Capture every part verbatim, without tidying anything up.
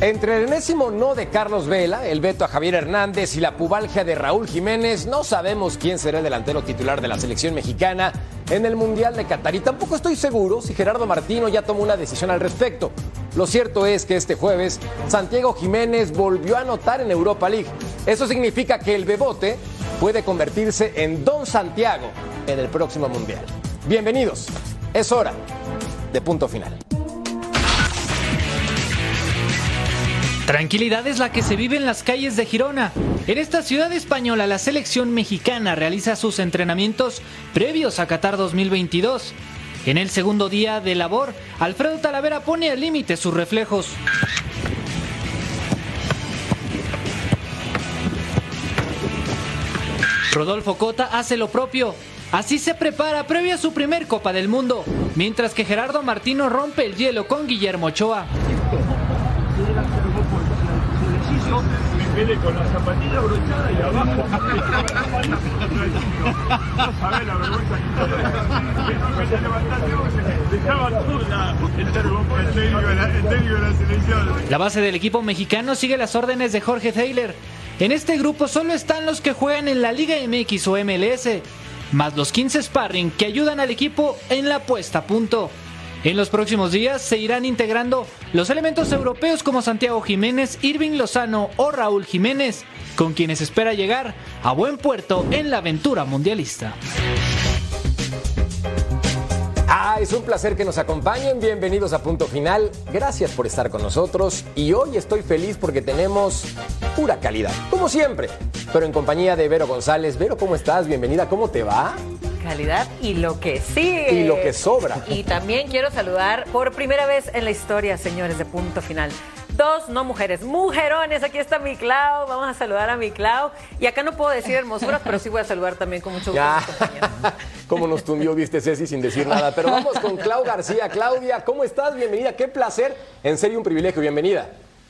Entre el enésimo no de Carlos Vela, el veto a Javier Hernández y la pubalgia de Raúl Jiménez, no sabemos quién será el delantero titular de la selección mexicana en el Mundial de Qatar. Y tampoco estoy seguro si Gerardo Martino ya tomó una decisión al respecto. Lo cierto es que este jueves Santiago Jiménez volvió a anotar en Europa League. Eso significa que el Bebote puede convertirse en Don Santiago en el próximo Mundial. Bienvenidos. Es hora de Punto Final. Tranquilidad es la que se vive en las calles de Girona. En esta ciudad española, la selección mexicana realiza sus entrenamientos previos a Qatar dos mil veintidós. En el segundo día de labor, Alfredo Talavera pone al límite sus reflejos. Rodolfo Cota hace lo propio. Así se prepara previo a su primer Copa del Mundo, mientras que Gerardo Martino rompe el hielo con Guillermo Ochoa. Viene con la zapatilla abrochada y abajo. No sabés la vergüenza que se levantaste, dejaba todo el técnico de la selección. La base del equipo mexicano sigue las órdenes de Jorge Theiler. En este grupo solo están los que juegan en la Liga M X o M L S, más los quince sparring que ayudan al equipo en la puesta a punto. En los próximos días se irán integrando los elementos europeos como Santiago Jiménez, Irving Lozano o Raúl Jiménez, con quienes espera llegar a buen puerto en la aventura mundialista. Ah, es un placer que nos acompañen. Bienvenidos a Punto Final. Gracias por estar con nosotros. Y hoy estoy feliz porque tenemos pura calidad, como siempre, pero en compañía de Vero González. Vero, ¿cómo estás? Bienvenida. ¿Cómo te va? Calidad y lo que sigue. Y lo que sobra. Y también quiero saludar por primera vez en la historia, señores, de Punto Final. Dos, no mujeres, mujerones. Aquí está mi Clau. Vamos a saludar a mi Clau. Y acá no puedo decir hermosuras, pero sí voy a saludar también con mucho gusto a mis compañeros. Cómo nos tundió, viste, Ceci, sin decir nada. Pero vamos con Clau García. Claudia, ¿cómo estás? Bienvenida. Qué placer. En serio, un privilegio. Bienvenida.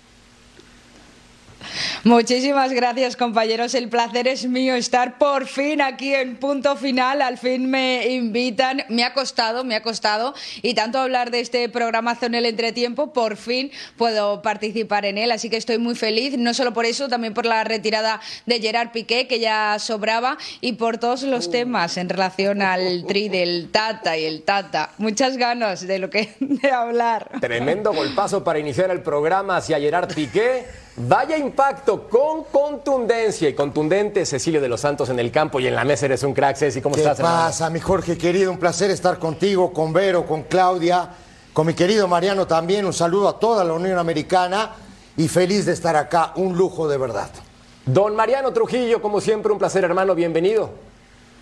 Muchísimas gracias, compañeros. El placer es mío estar por fin aquí en Punto Final. Al fin me invitan. Me ha costado, me ha costado. Y tanto hablar de este programazo en el entretiempo, por fin puedo participar en él. Así que estoy muy feliz. No solo por eso, también por la retirada de Gerard Piqué, que ya sobraba, y por todos los uh. temas en relación al tri del Tata y el Tata. Muchas ganas de lo que de hablar. Tremendo golpazo para iniciar el programa hacia Gerard Piqué. Vaya impacto con contundencia y contundente Cecilio de los Santos en el campo y en la mesa. Eres un crack, Ceci. ¿Cómo ¿Qué estás, pasa, hermano? ¿Qué pasa, mi Jorge querido? Un placer estar contigo, con Vero, con Claudia, con mi querido Mariano también. Un saludo a toda la Unión Americana y feliz de estar acá. Un lujo de verdad. Don Mariano Trujillo, como siempre, un placer, hermano. Bienvenido.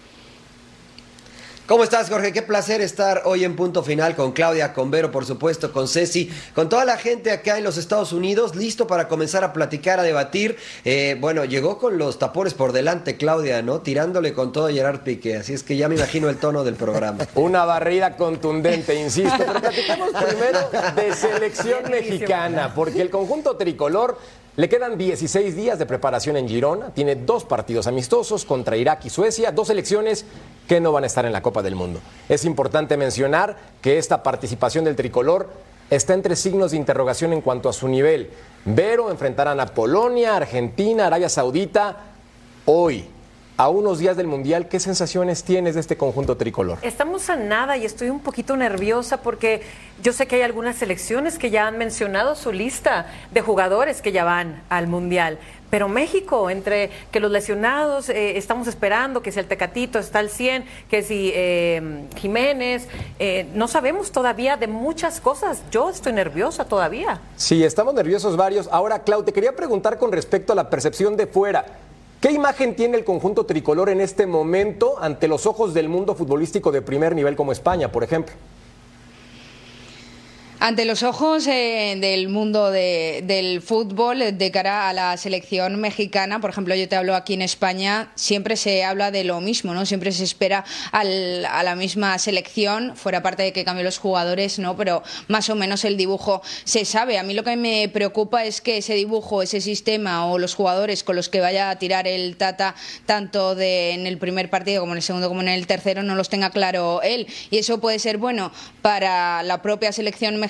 ¿Cómo estás, Jorge? Qué placer estar hoy en Punto Final con Claudia, con Vero, por supuesto, con Ceci, con toda la gente acá en los Estados Unidos, listo para comenzar a platicar, a debatir. Eh, bueno, llegó con los tapones por delante, Claudia, ¿no? Tirándole con todo a Gerard Piqué, así es que ya me imagino el tono del programa. Una barrida contundente, insisto, pero platicamos primero de selección mexicana, porque el conjunto tricolor le quedan dieciséis días de preparación en Girona, tiene dos partidos amistosos contra Irak y Suecia, dos selecciones que no van a estar en la Copa del Mundo. Es importante mencionar que esta participación del tricolor está entre signos de interrogación en cuanto a su nivel. Vero enfrentarán a Polonia, Argentina, Arabia Saudita hoy. A unos días del Mundial, ¿qué sensaciones tienes de este conjunto tricolor? Estamos a nada y estoy un poquito nerviosa porque yo sé que hay algunas selecciones que ya han mencionado su lista de jugadores que ya van al Mundial. Pero México, entre que los lesionados, eh, estamos esperando que si el Tecatito está al cien, que si eh, Jiménez, eh, no sabemos todavía de muchas cosas. Yo estoy nerviosa todavía. Sí, estamos nerviosos varios. Ahora, Clau, te quería preguntar con respecto a la percepción de fuera. ¿Qué imagen tiene el conjunto tricolor en este momento ante los ojos del mundo futbolístico de primer nivel como España, por ejemplo? Ante los ojos eh, del mundo de, del fútbol, de cara a la selección mexicana, por ejemplo, yo te hablo aquí en España, siempre se habla de lo mismo, ¿no? Siempre se espera al, a la misma selección, fuera parte de que cambien los jugadores, ¿no? Pero más o menos el dibujo se sabe. A mí lo que me preocupa es que ese dibujo, ese sistema o los jugadores con los que vaya a tirar el Tata, tanto de, en el primer partido como en el segundo como en el tercero, no los tenga claro él. Y eso puede ser bueno para la propia selección mexicana,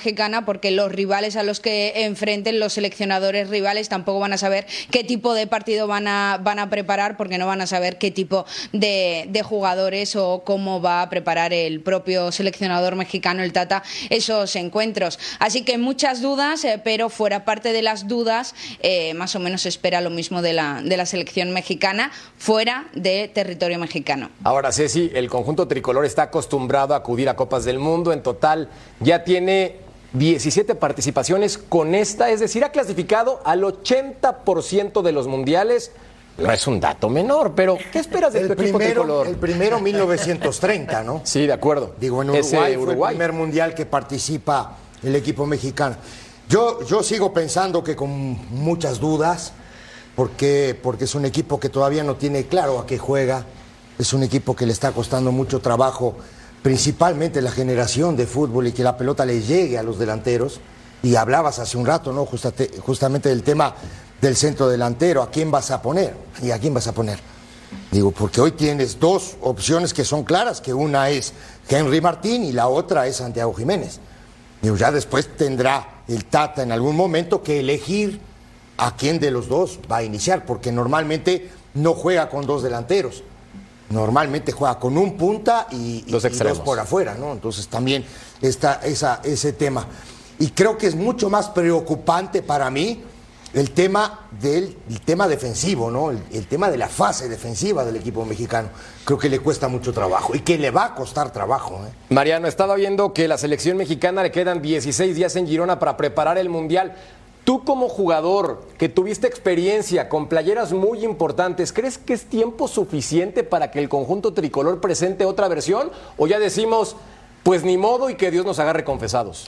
mexicana, porque los rivales a los que enfrenten los seleccionadores rivales tampoco van a saber qué tipo de partido van a, van a preparar, porque no van a saber qué tipo de, de jugadores o cómo va a preparar el propio seleccionador mexicano, el Tata, esos encuentros. Así que muchas dudas, eh, pero fuera parte de las dudas, eh, más o menos se espera lo mismo de la, de la selección mexicana fuera de territorio mexicano. Ahora, Ceci, el conjunto tricolor está acostumbrado a acudir a Copas del Mundo. En total ya tiene diecisiete participaciones con esta, es decir, ha clasificado al ochenta por ciento de los mundiales. No es un dato menor, pero ¿qué esperas de tu equipo tricolor? El primero, mil novecientos treinta, ¿no? Sí, de acuerdo. Digo, en Uruguay, Ese fue Uruguay. el primer mundial que participa el equipo mexicano. Yo, yo sigo pensando que con muchas dudas, porque, porque es un equipo que todavía no tiene claro a qué juega, es un equipo que le está costando mucho trabajo, principalmente la generación de fútbol y que la pelota le llegue a los delanteros. Y hablabas hace un rato, ¿no? Justate, justamente del tema del centro delantero, ¿a quién vas a poner? ¿Y a quién vas a poner? Digo, porque hoy tienes dos opciones que son claras, que una es Henry Martín y la otra es Santiago Jiménez. Digo, ya después tendrá el Tata en algún momento que elegir a quién de los dos va a iniciar, porque normalmente no juega con dos delanteros. Normalmente juega con un punta y, y, dos, y dos por afuera, ¿no? Entonces también está esa, ese tema. Y creo que es mucho más preocupante para mí el tema del el tema defensivo, ¿no? El, el tema de la fase defensiva del equipo mexicano. Creo que le cuesta mucho trabajo y que le va a costar trabajo, ¿eh? Mariano, estaba viendo que la selección mexicana le quedan dieciséis días en Girona para preparar el Mundial. Tú como jugador que tuviste experiencia con playeras muy importantes, ¿crees que es tiempo suficiente para que el conjunto tricolor presente otra versión? ¿O ya decimos, pues ni modo y que Dios nos agarre confesados?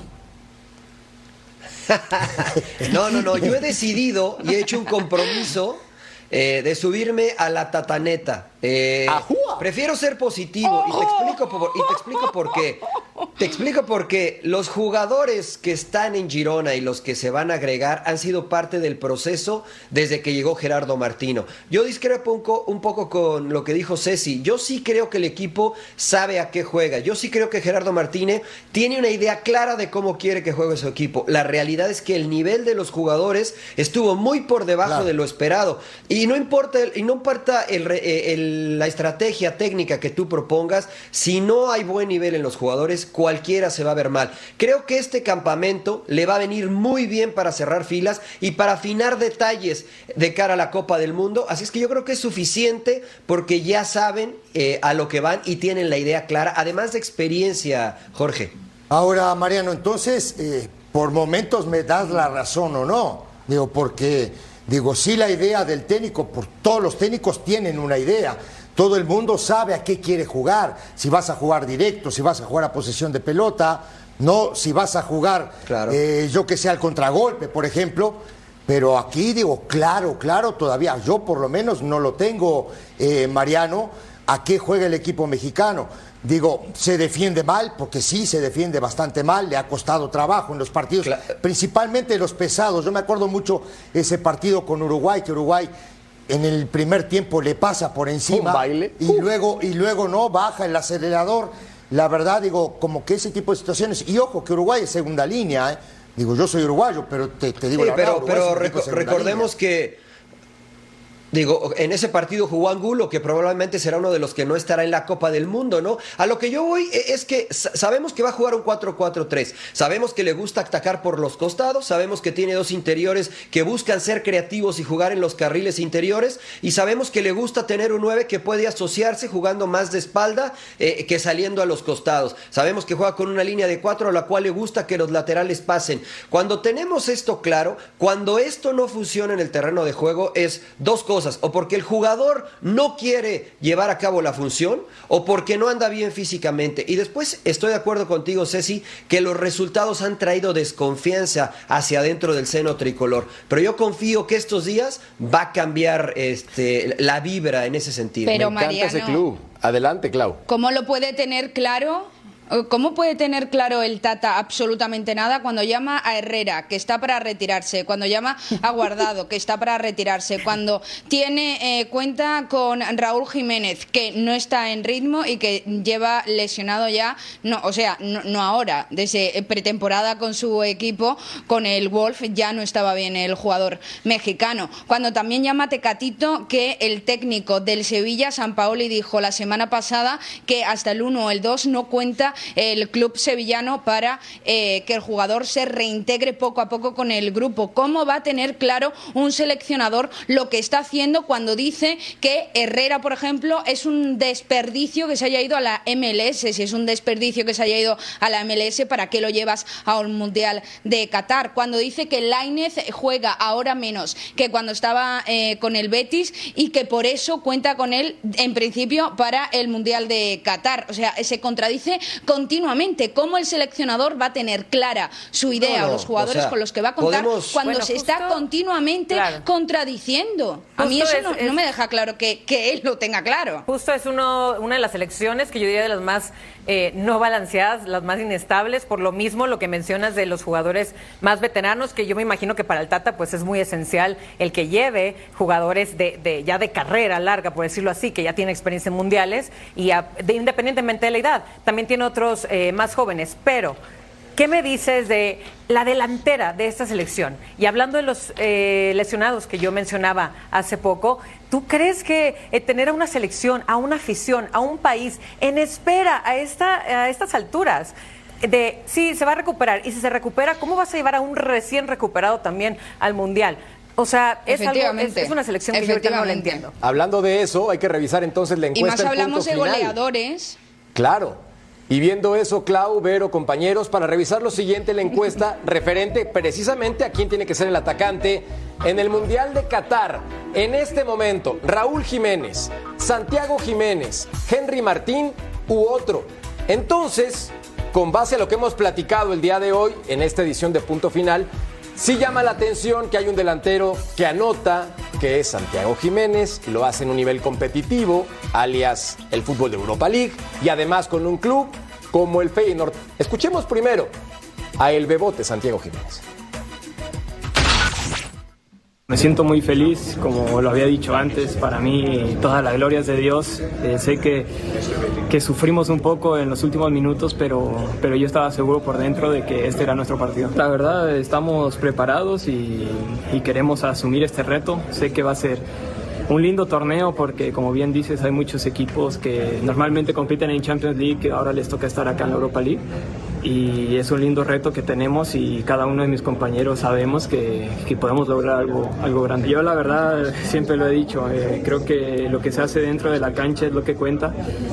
No, no, no, yo he decidido y he hecho un compromiso eh, de subirme a la tataneta. Eh, prefiero ser positivo y te explico por, y te explico por qué. Te explico por qué. Los jugadores que están en Girona y los que se van a agregar han sido parte del proceso desde que llegó Gerardo Martino. Yo discrepo un, co, un poco con lo que dijo Ceci. Yo sí creo que el equipo sabe a qué juega. Yo sí creo que Gerardo Martínez tiene una idea clara de cómo quiere que juegue su equipo. La realidad es que el nivel de los jugadores estuvo muy por debajo claro. de lo esperado. Y no importa, el, y no importa el, el, la estrategia técnica que tú propongas, si no hay buen nivel en los jugadores, cualquiera se va a ver mal. Creo que este campamento le va a venir muy bien para cerrar filas y para afinar detalles de cara a la Copa del Mundo. Así es que yo creo que es suficiente porque ya saben eh, a lo que van y tienen la idea clara, además de experiencia, Jorge. Ahora, Mariano, entonces, eh, por momentos me das la razón o no. Digo, porque, digo, sí la idea del técnico, por todos los técnicos tienen una idea. Todo el mundo sabe a qué quiere jugar, si vas a jugar directo, si vas a jugar a posesión de pelota, no si vas a jugar, claro. eh, yo que sé, al contragolpe, por ejemplo. Pero aquí digo, claro, claro, todavía yo por lo menos no lo tengo, eh, Mariano, a qué juega el equipo mexicano. Digo, se defiende mal, porque sí, se defiende bastante mal, le ha costado trabajo en los partidos, claro. principalmente los pesados. Yo me acuerdo mucho ese partido con Uruguay, que Uruguay en el primer tiempo le pasa por encima un baile. y uh. luego y luego no baja el acelerador. La verdad, digo, como que ese tipo de situaciones, y ojo que Uruguay es segunda línea, ¿eh? Digo, yo soy uruguayo, pero te, te digo sí, la pero, verdad, pero reco recordemos línea. que Digo, en ese partido jugó Angulo, que probablemente será uno de los que no estará en la Copa del Mundo, ¿no? A lo que yo voy es que sabemos que va a jugar un cuatro cuatro tres, sabemos que le gusta atacar por los costados, sabemos que tiene dos interiores que buscan ser creativos y jugar en los carriles interiores, y sabemos que le gusta tener un nueve que puede asociarse jugando más de espalda eh, que saliendo a los costados. Sabemos que juega con una línea de cuatro a la cual le gusta que los laterales pasen. Cuando tenemos esto claro, cuando esto no funciona en el terreno de juego, es dos cosas. O porque el jugador no quiere llevar a cabo la función o porque no anda bien físicamente. Y después estoy de acuerdo contigo, Ceci, que los resultados han traído desconfianza hacia adentro del seno tricolor. Pero yo confío que estos días va a cambiar este, la vibra en ese sentido. Pero me encanta Mariano, ese club. Adelante, Clau. ¿Cómo lo puede tener claro ¿Cómo puede tener claro el Tata absolutamente nada cuando llama a Herrera, que está para retirarse, cuando llama a Guardado, que está para retirarse, cuando tiene eh, cuenta con Raúl Jiménez, que no está en ritmo y que lleva lesionado ya, no, o sea, no, no ahora, desde pretemporada con su equipo, con el Wolf, ya no estaba bien el jugador mexicano? Cuando también llama a Tecatito, que el técnico del Sevilla, Sampaoli, dijo la semana pasada que hasta el uno o el dos no cuenta el club sevillano para eh, que el jugador se reintegre poco a poco con el grupo. ¿Cómo va a tener claro un seleccionador lo que está haciendo cuando dice que Herrera, por ejemplo, es un desperdicio que se haya ido a la M L S? Si es un desperdicio que se haya ido a la M L S, ¿para qué lo llevas a un Mundial de Qatar? Cuando dice que Lainez juega ahora menos que cuando estaba eh, con el Betis y que por eso cuenta con él en principio para el Mundial de Qatar. O sea, se contradice continuamente. ¿Cómo el seleccionador va a tener clara su idea no, no, o los jugadores, o sea, con los que va a contar podemos... cuando bueno, se justo, está continuamente claro, contradiciendo? A mí justo eso es, no, es, no me deja claro que, que él lo tenga claro. Justo es uno, una de las elecciones que yo diría de las más eh, no balanceadas, las más inestables, por lo mismo lo que mencionas de los jugadores más veteranos, que yo me imagino que para el Tata pues es muy esencial el que lleve jugadores de, de ya de carrera larga, por decirlo así, que ya tienen experiencia en mundiales y a, de, independientemente de la edad. También tiene otros eh, más jóvenes, pero ¿qué me dices de la delantera de esta selección? Y hablando de los eh, lesionados que yo mencionaba hace poco, ¿tú crees que eh, tener a una selección, a una afición, a un país en espera a, esta, a estas alturas de sí, se va a recuperar, y si se recupera, ¿cómo vas a llevar a un recién recuperado también al Mundial? O sea, es, algo, es, es una selección que yo ahorita no la entiendo. Hablando de eso, hay que revisar entonces la encuesta. Y más el hablamos punto de final. goleadores. Claro. Y viendo eso, Clau, Vero, compañeros, para revisar lo siguiente, la encuesta referente precisamente a quién tiene que ser el atacante en el Mundial de Qatar. En este momento, Raúl Jiménez, Santiago Jiménez, Henry Martín u otro. Entonces, con base a lo que hemos platicado el día de hoy en esta edición de Punto Final, sí llama la atención que hay un delantero que anota, que es Santiago Jiménez, lo hace en un nivel competitivo, alias el fútbol de Europa League, y además con un club como el Feyenoord. Escuchemos primero a el bebote Santiago Jiménez. Me siento muy feliz, como lo había dicho antes, para mí todas las glorias de Dios. Eh, sé que, que sufrimos un poco en los últimos minutos, pero, pero yo estaba seguro por dentro de que este era nuestro partido. La verdad, estamos preparados y, y queremos asumir este reto. Sé que va a ser un lindo torneo porque, como bien dices, hay muchos equipos que normalmente compiten en Champions League, que ahora les toca estar acá en la Europa League. Y es un lindo reto que tenemos y cada uno de mis compañeros sabemos que, que podemos lograr algo, algo grande. Yo la verdad siempre lo he dicho, eh, creo que lo que se hace dentro de la cancha es lo que cuenta.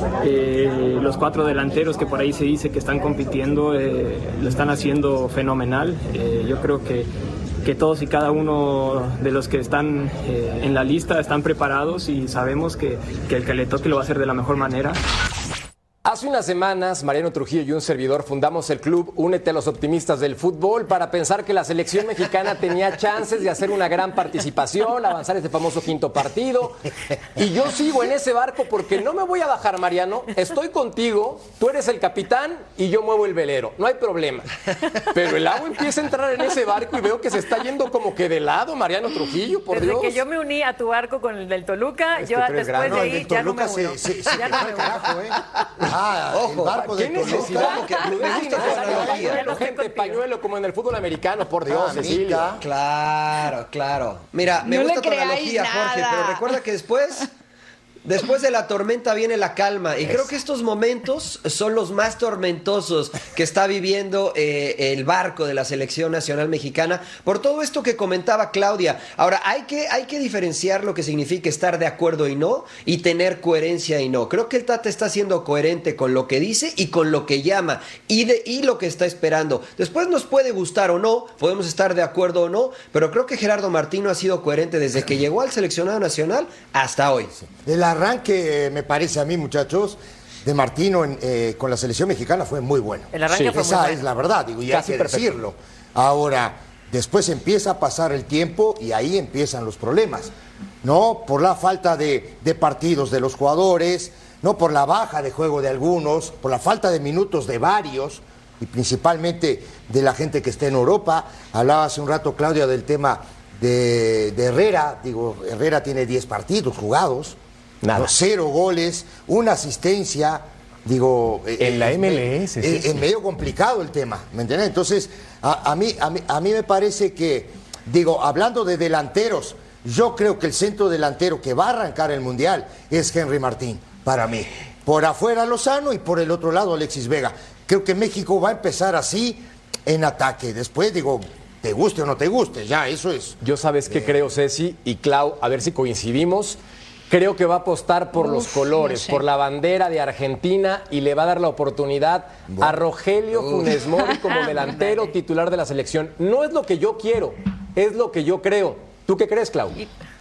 Eh, los cuatro delanteros que por ahí se dice que están compitiendo eh, lo están haciendo fenomenal. Eh, yo creo que que todos y cada uno de los que están eh, en la lista están preparados y sabemos que, que el que le toque lo va a hacer de la mejor manera. Hace unas semanas, Mariano Trujillo y un servidor fundamos el club Únete a los Optimistas del Fútbol para pensar que la selección mexicana tenía chances de hacer una gran participación, avanzar este famoso quinto partido. Y yo sigo en ese barco porque no me voy a bajar, Mariano. Estoy contigo, tú eres el capitán y yo muevo el velero. No hay problema. Pero el agua empieza a entrar en ese barco y veo que se está yendo como que de lado, Mariano Trujillo, por Desde Dios. que yo me uní a tu barco con el del Toluca, Es yo que tú eres después grande. de ahí No, el del ya no me Toluca uno. se- se- se Ya no fue me al uno. carajo, ¿eh? Ah, Ojo, el barco ¿qué de Toluca. necesidad? Como que- me gusta Es esa analogía. innecesario gente de pañuelo como en el fútbol americano, por Dios, Mamita. Cecilia. Claro, claro. Mira, me No gusta le tu creáis analogía, Jorge, nada. pero recuerda que después, después de la tormenta viene la calma. Y creo que estos momentos son los más tormentosos que está viviendo eh, el barco de la Selección Nacional Mexicana por todo esto que comentaba Claudia. Ahora, hay que, hay que diferenciar lo que significa estar de acuerdo y no, y tener coherencia y no. Creo que el Tata está siendo coherente con lo que dice y con lo que llama y, de, y lo que está esperando. Después nos puede gustar o no, podemos estar de acuerdo o no, pero creo que Gerardo Martino ha sido coherente desde que llegó al seleccionado nacional hasta hoy. El arranque, eh, me parece a mí, muchachos, de Martino en, eh, con la selección mexicana fue muy bueno. El arranque Sí, fue muy Esa bueno. es la verdad, digo, y Casi hay que perfecto. decirlo. Ahora, después empieza a pasar el tiempo y ahí empiezan los problemas, ¿no? Por la falta de, de partidos de los jugadores, ¿no? Por la baja de juego de algunos, por la falta de minutos de varios, y principalmente de la gente que está en Europa. Hablaba hace un rato, Claudia, del tema de, de Herrera. Digo, Herrera tiene diez partidos jugados, Nada. ¿no? Cero goles, una asistencia. Digo, en eh, la M L S. Es, sí, es sí. medio complicado el tema, ¿me entiendes? Entonces, a, a, mí, a, mí, a mí me parece que, digo, hablando de delanteros, yo creo que el centro delantero que va a arrancar el Mundial es Henry Martín, para mí. Por afuera Lozano y por el otro lado Alexis Vega. Creo que México va a empezar así en ataque. Después, digo, te guste o no te guste, ya, eso es. Yo sabes qué eh... creo, Ceci y Clau, a ver si coincidimos. Creo que va a apostar por Uf, los colores, no sé. por la bandera de Argentina y le va a dar la oportunidad bueno. a Rogelio Uf. Funes Mori como delantero titular de la selección. No es lo que yo quiero, es lo que yo creo. ¿Tú qué crees, Clau?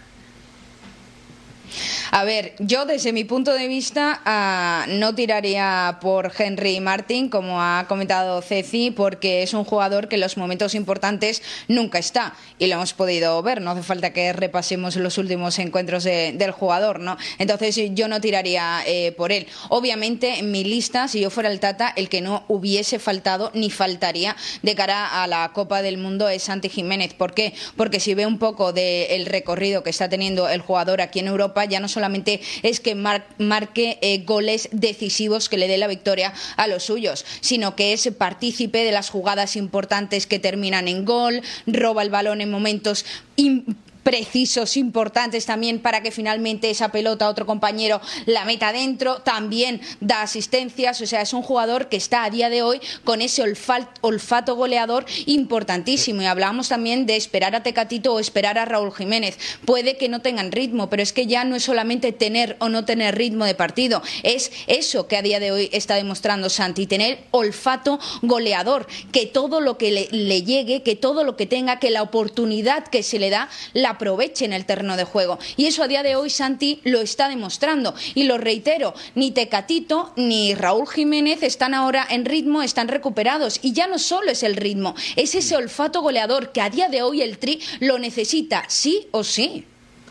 A ver, yo desde mi punto de vista uh, no tiraría por Henry Martín, como ha comentado Ceci, porque es un jugador que en los momentos importantes nunca está, y lo hemos podido ver, no hace falta que repasemos los últimos encuentros de, del jugador, ¿no? Entonces yo no tiraría eh, por él. Obviamente en mi lista, si yo fuera el Tata, el que no hubiese faltado ni faltaría de cara a la Copa del Mundo es Santi Jiménez. ¿Por qué? Porque si ve un poco del recorrido que está teniendo el jugador aquí en Europa, ya no solo solamente es que mar, marque eh, goles decisivos que le dé la victoria a los suyos, sino que es partícipe de las jugadas importantes que terminan en gol, roba el balón en momentos in- precisos, importantes también para que finalmente esa pelota otro compañero la meta dentro, también da asistencias, o sea, es un jugador que está a día de hoy con ese olfato, olfato goleador importantísimo. Y hablábamos también de esperar a Tecatito o esperar a Raúl Jiménez. Puede que no tengan ritmo, pero es que ya no es solamente tener o no tener ritmo de partido, es eso que a día de hoy está demostrando Santi, tener olfato goleador, que todo lo que le, le llegue, que todo lo que tenga, que la oportunidad que se le da la aproveche en el terreno de juego. Y eso a día de hoy Santi lo está demostrando. Y lo reitero, ni Tecatito ni Raúl Jiménez están ahora en ritmo, están recuperados. Y ya no solo es el ritmo, es ese olfato goleador que a día de hoy el Tri lo necesita, sí o sí.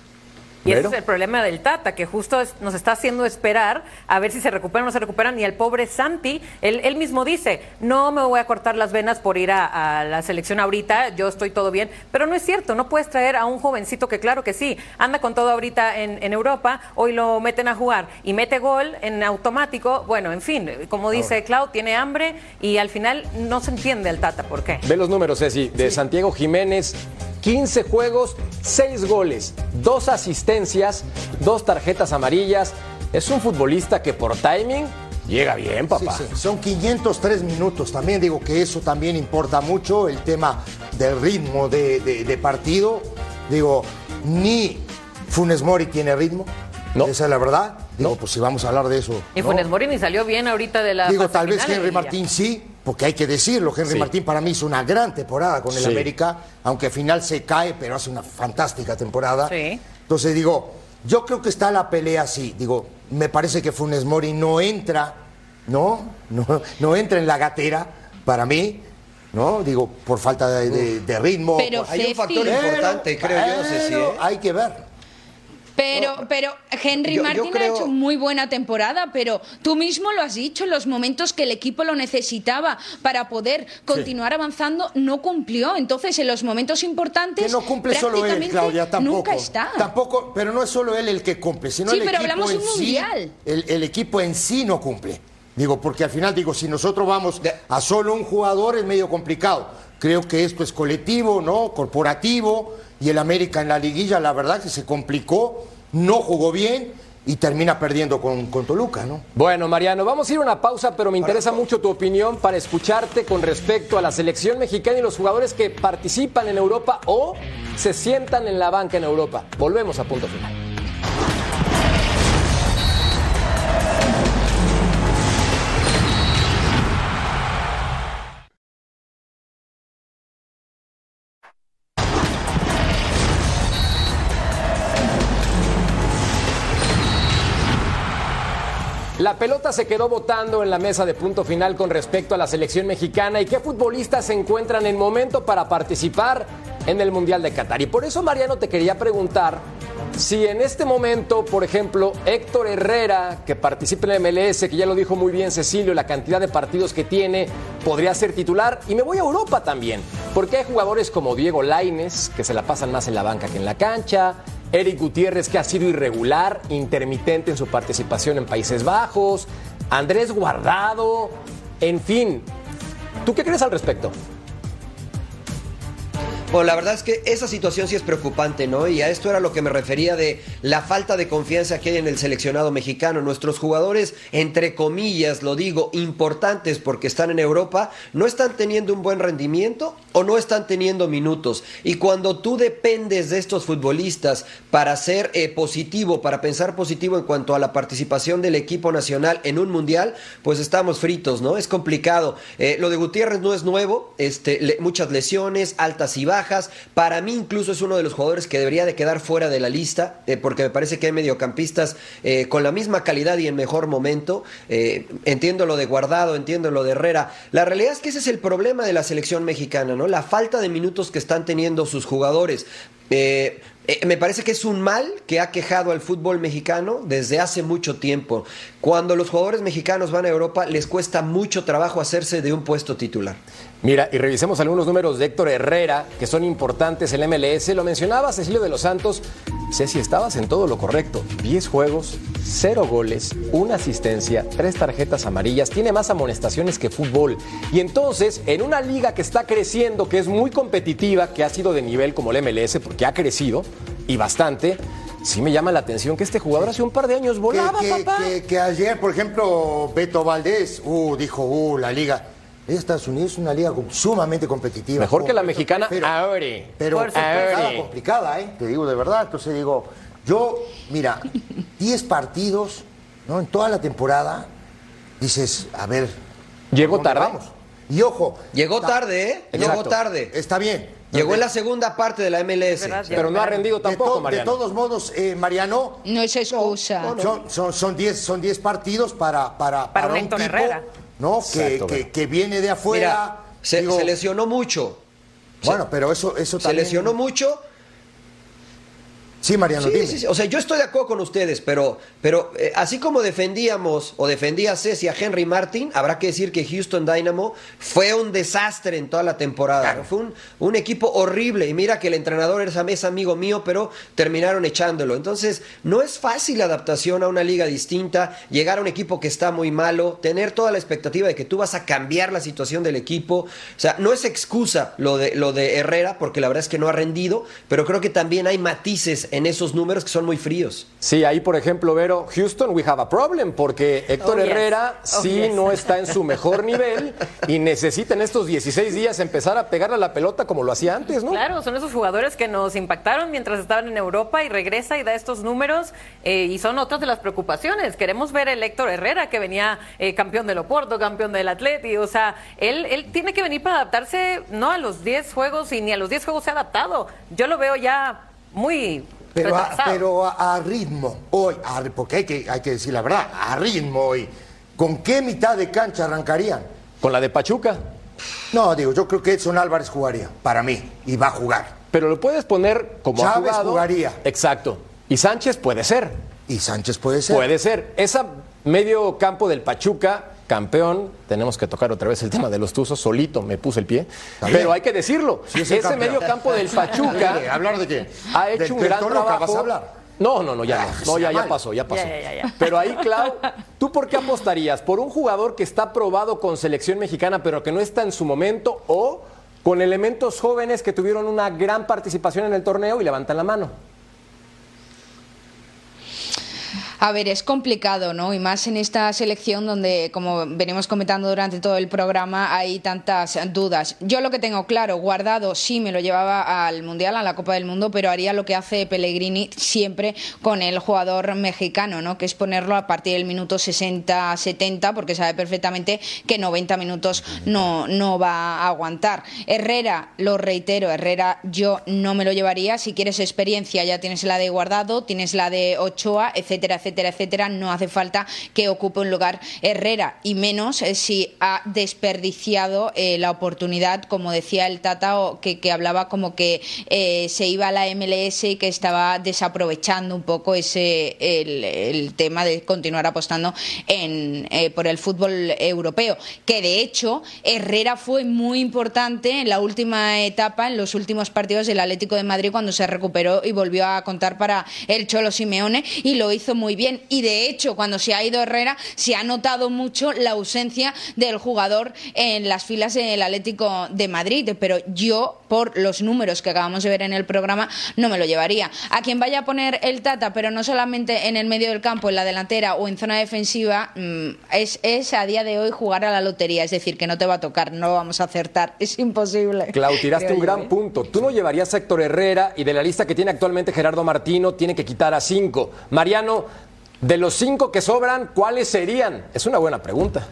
Y ese es el problema del Tata, que justo es, nos está haciendo esperar a ver si se recuperan o no se recuperan. Y el pobre Santi, él, él mismo dice, no me voy a cortar las venas por ir a, a la selección ahorita, yo estoy todo bien. Pero no es cierto, no puedes traer a un jovencito que claro que sí, anda con todo ahorita en, en Europa, hoy lo meten a jugar y mete gol en automático. Bueno, en fin, como dice Clau, tiene hambre y al final no se entiende el Tata por qué. Ve los números, Ceci, de sí. Santiago Jiménez, quince juegos, seis goles, dos asistencias, dos tarjetas amarillas. Es un futbolista que por timing llega bien, papá. Sí, sí. Son quinientos tres minutos. También digo que eso también importa mucho, el tema del ritmo de, de, de partido. Digo, ni Funes Mori tiene ritmo. No. Esa es la verdad. Digo, no. Pues si vamos a hablar de eso. Y ¿no? Funes Mori ni salió bien ahorita de la Digo, fase tal vez final, Henry Martín sí, porque hay que decirlo. Henry sí. Martín para mí hizo una gran temporada con el sí. América, aunque al final se cae, pero hace una fantástica temporada. Sí. Entonces digo, yo creo que está la pelea así. Digo, me parece que Funes Mori no entra, ¿no? No, no entra en la gatera para mí. ¿No? Digo, por falta de, de, de ritmo. Pero por... hay un factor pero, importante, creo yo, Ceci, ¿eh? Hay que ver. Pero, pero Henry yo, Martín yo creo... ha hecho muy buena temporada, pero tú mismo lo has dicho, en los momentos que el equipo lo necesitaba para poder continuar sí. avanzando, no cumplió. Entonces, en los momentos importantes, que no cumple solo él, Claudia, tampoco. Nunca está. Tampoco, pero no es solo él el que cumple, sino sí, el pero equipo hablamos en un sí. mundial. El, el equipo en sí no cumple. Digo, porque al final, digo, si nosotros vamos a solo un jugador es medio complicado. Creo que esto es colectivo, ¿no? Corporativo. Y el América en la liguilla, la verdad que se complicó. No jugó bien y termina perdiendo con, con Toluca, ¿no? Bueno, Mariano, vamos a ir a una pausa, pero me interesa mucho tu opinión para escucharte con respecto a la selección mexicana y los jugadores que participan en Europa o se sientan en la banca en Europa. Volvemos a Punto Final. La pelota se quedó botando en la mesa de Punto Final con respecto a la selección mexicana y qué futbolistas se encuentran en momento para participar en el Mundial de Qatar. Y por eso, Mariano, te quería preguntar Si en este momento, por ejemplo, Héctor Herrera, que participa en la M L S, que ya lo dijo muy bien Cecilio, la cantidad de partidos que tiene, podría ser titular. Y me voy a Europa también, porque hay jugadores como Diego Lainez, que se la pasan más en la banca que en la cancha, Eric Gutiérrez, que ha sido irregular, intermitente en su participación en Países Bajos, Andrés Guardado, en fin. ¿Tú qué crees al respecto? Bueno, la verdad es que esa situación sí es preocupante, ¿no? Y a esto era lo que me refería de la falta de confianza que hay en el seleccionado mexicano. Nuestros jugadores, entre comillas, lo digo, importantes porque están en Europa, no están teniendo un buen rendimiento o no están teniendo minutos. Y cuando tú dependes de estos futbolistas para ser eh, positivo, para pensar positivo en cuanto a la participación del equipo nacional en un mundial, pues estamos fritos, ¿no? Es complicado. Eh, lo de Gutiérrez no es nuevo, este, le, muchas lesiones, altas y bajas. Para mí incluso es uno de los jugadores que debería de quedar fuera de la lista, eh, porque me parece que hay mediocampistas eh, con la misma calidad y en mejor momento. Eh, entiendo lo de Guardado, entiendo lo de Herrera. La realidad es que ese es el problema de la selección mexicana, ¿no? La falta de minutos que están teniendo sus jugadores. Eh, eh, me parece que es un mal que ha quejado al fútbol mexicano desde hace mucho tiempo. Cuando los jugadores mexicanos van a Europa, les cuesta mucho trabajo hacerse de un puesto titular. Mira, y revisemos algunos números de Héctor Herrera, que son importantes en la M L S. Lo mencionaba Cecilio de los Santos. Ceci, estabas en todo lo correcto. diez juegos, cero goles, una asistencia, tres tarjetas amarillas. Tiene más amonestaciones que fútbol. Y entonces, en una liga que está creciendo, que es muy competitiva, que ha sido de nivel como la M L S, porque ha crecido, y bastante, sí me llama la atención que este jugador hace un par de años volaba, que, que, papá. Que, que ayer, por ejemplo, Beto Valdés, uh, dijo, uh, la liga... Estados Unidos es una liga sumamente competitiva. Mejor que la mexicana, pero, ahora. Pero complicada, complicada, ¿eh? Te digo de verdad. Entonces digo, yo, mira, diez partidos, ¿no? En toda la temporada, dices, a ver. Llegó tarde. Vamos. Y ojo. Llegó tarde, ¿eh? Exacto. Llegó tarde. Está bien. Llegó en la segunda parte de la M L S. ¿Verdad? Pero no ha rendido tampoco, de to, Mariano. De todos modos, eh, Mariano. No es excusa. No, no. Son, son, son, diez, son diez partidos para, para, para, para un tipo, Herrera. ¿no? Que, Exacto, que, que viene de afuera. Mira, se, digo, se lesionó mucho. Bueno, pero eso, eso Se también... lesionó mucho. Sí, Mariano, Sí, dime. sí, sí. O sea, yo estoy de acuerdo con ustedes, pero, pero eh, así como defendíamos o defendía a Ceci a Henry Martin, habrá que decir que Houston Dynamo fue un desastre en toda la temporada. Claro. Fue un, un equipo horrible. Y mira que el entrenador es, es amigo mío, pero terminaron echándolo. Entonces, no es fácil la adaptación a una liga distinta, llegar a un equipo que está muy malo, tener toda la expectativa de que tú vas a cambiar la situación del equipo. O sea, no es excusa lo de, lo de Herrera, porque la verdad es que no ha rendido, pero creo que también hay matices en esos números que son muy fríos. Sí, ahí por ejemplo, Vero, Houston, we have a problem, porque Héctor Oh, yes. Herrera Oh, sí yes. no está en su mejor nivel y necesita en estos dieciséis días empezar a pegarle a la pelota como lo hacía antes, ¿no? Claro, son esos jugadores que nos impactaron mientras estaban en Europa y regresa y da estos números eh, y son otras de las preocupaciones. Queremos ver el Héctor Herrera que venía eh, campeón del Oporto, campeón del Atleti, o sea, él, él tiene que venir para adaptarse no a los diez juegos y ni a los diez juegos se ha adaptado. Yo lo veo ya muy... Pero, a, pero a, a ritmo, hoy, a, porque hay que, hay que decir la verdad, a ritmo hoy, ¿con qué mitad de cancha arrancarían? Con la de Pachuca. No, digo, yo creo que Edson Álvarez jugaría, para mí, y va a jugar. Pero lo puedes poner como ha Chávez jugado. jugaría. Exacto. Y Sánchez puede ser. Y Sánchez puede ser. Puede ser. Esa medio campo del Pachuca, campeón, tenemos que tocar otra vez el tema de los Tuzos, solito me puse el pie, pero hay que decirlo, Sí, es ese campeón. medio campo del Pachuca ¿Hablar de qué? ha hecho ¿Del- un del gran Toluca trabajo. vas a hablar? No, no, no, ya Ah, no, no ya, sea ya mal. pasó, ya pasó. Ya, ya, ya, ya. Pero ahí, Clau, ¿tú por qué apostarías? ¿Por un jugador que está probado con selección mexicana pero que no está en su momento o con elementos jóvenes que tuvieron una gran participación en el torneo y levantan la mano? A ver, es complicado, ¿no? Y más en esta selección donde, como venimos comentando durante todo el programa, hay tantas dudas. Yo lo que tengo claro, Guardado sí me lo llevaba al Mundial, a la Copa del Mundo, pero haría lo que hace Pellegrini siempre con el jugador mexicano, ¿no? Que es ponerlo a partir del minuto sesenta setenta, porque sabe perfectamente que noventa minutos no, no va a aguantar. Herrera, lo reitero, Herrera yo no me lo llevaría. Si quieres experiencia ya tienes la de Guardado, tienes la de Ochoa, etcétera, etcétera. etcétera, etcétera, no hace falta que ocupe un lugar Herrera, y menos eh, si ha desperdiciado eh, la oportunidad, como decía el Tata, o que, que hablaba como que eh, se iba a la M L S y que estaba desaprovechando un poco ese el, el tema de continuar apostando en eh, por el fútbol europeo, que de hecho Herrera fue muy importante en la última etapa, en los últimos partidos del Atlético de Madrid, cuando se recuperó y volvió a contar para el Cholo Simeone, y lo hizo muy bien. Y de hecho, cuando se ha ido Herrera, se ha notado mucho la ausencia del jugador en las filas del Atlético de Madrid, pero yo, por los números que acabamos de ver en el programa, no me lo llevaría. A quien vaya a poner el Tata, pero no solamente en el medio del campo, en la delantera o en zona defensiva, es, es a día de hoy jugar a la lotería, es decir, que no te va a tocar, no vamos a acertar, es imposible. Clau, tiraste Creo un yo, gran ¿eh? punto. Tú no llevarías a Héctor Herrera, y de la lista que tiene actualmente Gerardo Martino, tiene que quitar a cinco. Mariano, de los cinco que sobran, ¿cuáles serían? Es una buena pregunta.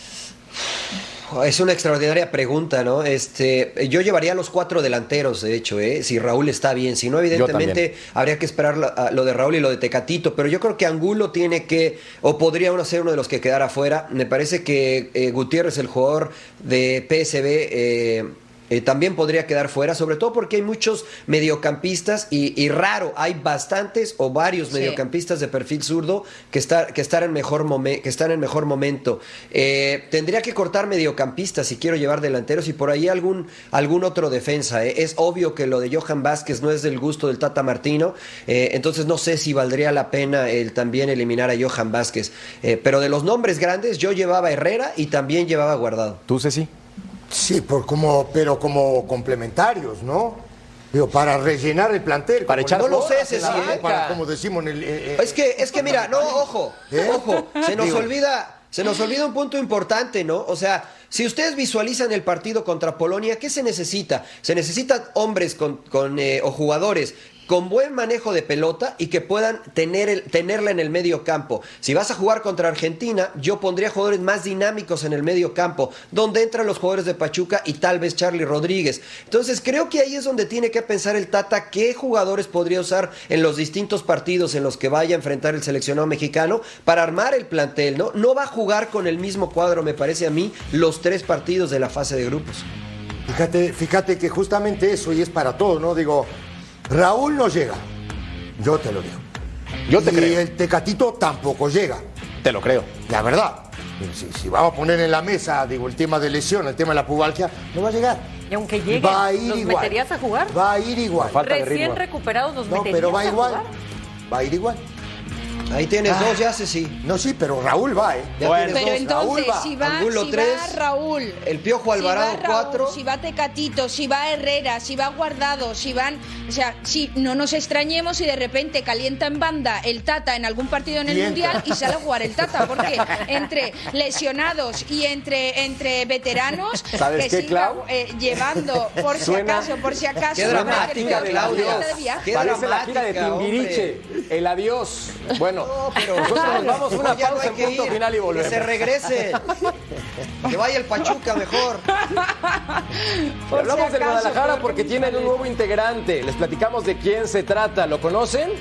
Es una extraordinaria pregunta, ¿no? Este, yo llevaría a los cuatro delanteros, de hecho, ¿eh? Si Raúl está bien. Si no, evidentemente habría que esperar la, lo de Raúl y lo de Tecatito. Pero yo creo que Angulo tiene que, o podría uno ser uno de los que quedara afuera. Me parece que eh, Gutiérrez, el jugador de P S V, eh, Eh, también podría quedar fuera, sobre todo porque hay muchos mediocampistas y, y raro, hay bastantes o varios sí. mediocampistas de perfil zurdo que, está, que, están, en mejor momen, que están en mejor momento. Eh, tendría que cortar mediocampistas si quiero llevar delanteros, y por ahí algún, algún otro defensa. Eh. Es obvio que lo de Johan Vázquez no es del gusto del Tata Martino, eh, entonces no sé si valdría la pena el también eliminar a Johan Vázquez. Eh, pero de los nombres grandes, yo llevaba a Herrera y también llevaba a Guardado. ¿Tú, Ceci? Sí, por como, pero como complementarios, ¿no? Digo, para rellenar el plantel. Para echar no lo sé, ese Ceci, ¿eh? Para, como decimos en el... Eh, Es que, es que mira, no, ojo, ¿Eh? ojo, se nos Digo. olvida, se nos olvida un punto importante, ¿no? O sea, si ustedes visualizan el partido contra Polonia, ¿qué se necesita? Se necesitan hombres con, con eh, o jugadores con buen manejo de pelota y que puedan tener el, tenerla en el medio campo. Si vas a jugar contra Argentina, yo pondría jugadores más dinámicos en el medio campo, donde entran los jugadores de Pachuca y tal vez Charly Rodríguez. Entonces creo que ahí es donde tiene que pensar el Tata qué jugadores podría usar en los distintos partidos en los que vaya a enfrentar el seleccionado mexicano para armar el plantel, ¿no? No va a jugar con el mismo cuadro, me parece a mí, los tres partidos de la fase de grupos. Fíjate, fíjate que justamente eso, y es para todos, ¿no? Digo, Raúl no llega, yo te lo digo. Yo te y creo. el Tecatito tampoco llega, Te lo creo. la verdad. Si, si vamos a poner en la mesa, digo, el tema de lesión, el tema de la pubalgia, no va a llegar. Y aunque llegue, va a ir ¿los igual. meterías a jugar? Va a ir igual. Falta de Recién ritmo. recuperados, ¿los No, meterías pero va a igual. jugar? Va a ir igual. Ahí tienes Ah. dos, ya Ceci. No, sí, pero Raúl va, ¿eh? Ya Bueno. tienes Pero dos. entonces, Raúl va, si va, Angulo si tres, va Raúl, el Piojo Alvarado si va Raúl, cuatro. si va Tecatito, si va Herrera, si va Guardado, si van, o sea, si no nos extrañemos si de repente calienta en banda el Tata en algún partido en el Y entra. Mundial y sale a jugar el Tata, porque entre lesionados y entre entre veteranos ¿Sabes que qué, siga, Clau? eh, llevando por si Suena- acaso, por si acaso, Qué no, dramática, que el Claudia. Tata de viaje. Qué Parece la gira de dramática, Timbiriche. El adiós. Bueno, No, pero nosotros nos vamos a una ya no pausa hay en que punto ir. final y Que volvemos. se regrese. Que vaya el Pachuca mejor. Y Por hablamos si del acaso, Guadalajara peor porque que tienen un mis nuevo integrante. Les platicamos de quién se trata. ¿Lo conocen?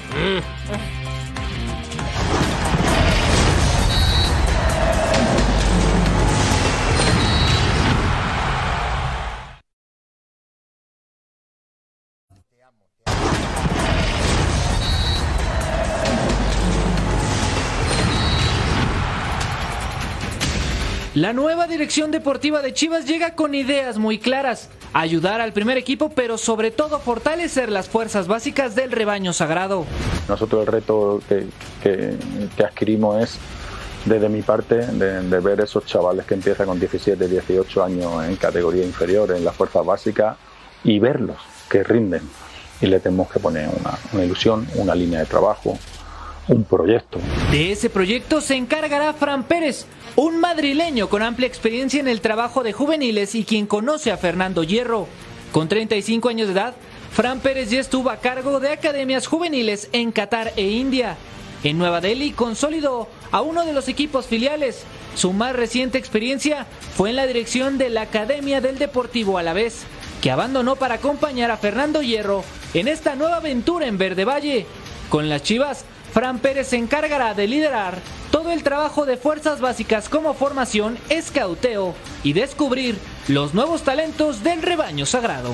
La nueva dirección deportiva de Chivas llega con ideas muy claras: ayudar al primer equipo, pero sobre todo fortalecer las fuerzas básicas del rebaño sagrado. Nosotros el reto que, que, que adquirimos es, desde mi parte, de, de ver esos chavales que empiezan con diecisiete, dieciocho años en categoría inferior, en las fuerzas básicas, y verlos que rinden. Y le tenemos que poner una, una ilusión, una línea de trabajo, un proyecto. De ese proyecto se encargará Fran Pérez, un madrileño con amplia experiencia en el trabajo de juveniles y quien conoce a Fernando Hierro. Con treinta y cinco años de edad, Fran Pérez ya estuvo a cargo de academias juveniles en Qatar e India. En Nueva Delhi consolidó a uno de los equipos filiales. Su más reciente experiencia fue en la dirección de la Academia del Deportivo Alavés, que abandonó para acompañar a Fernando Hierro en esta nueva aventura en Verde Valle. Con las Chivas, Fran Pérez se encargará de liderar todo el trabajo de fuerzas básicas como formación, escauteo y descubrir los nuevos talentos del rebaño sagrado.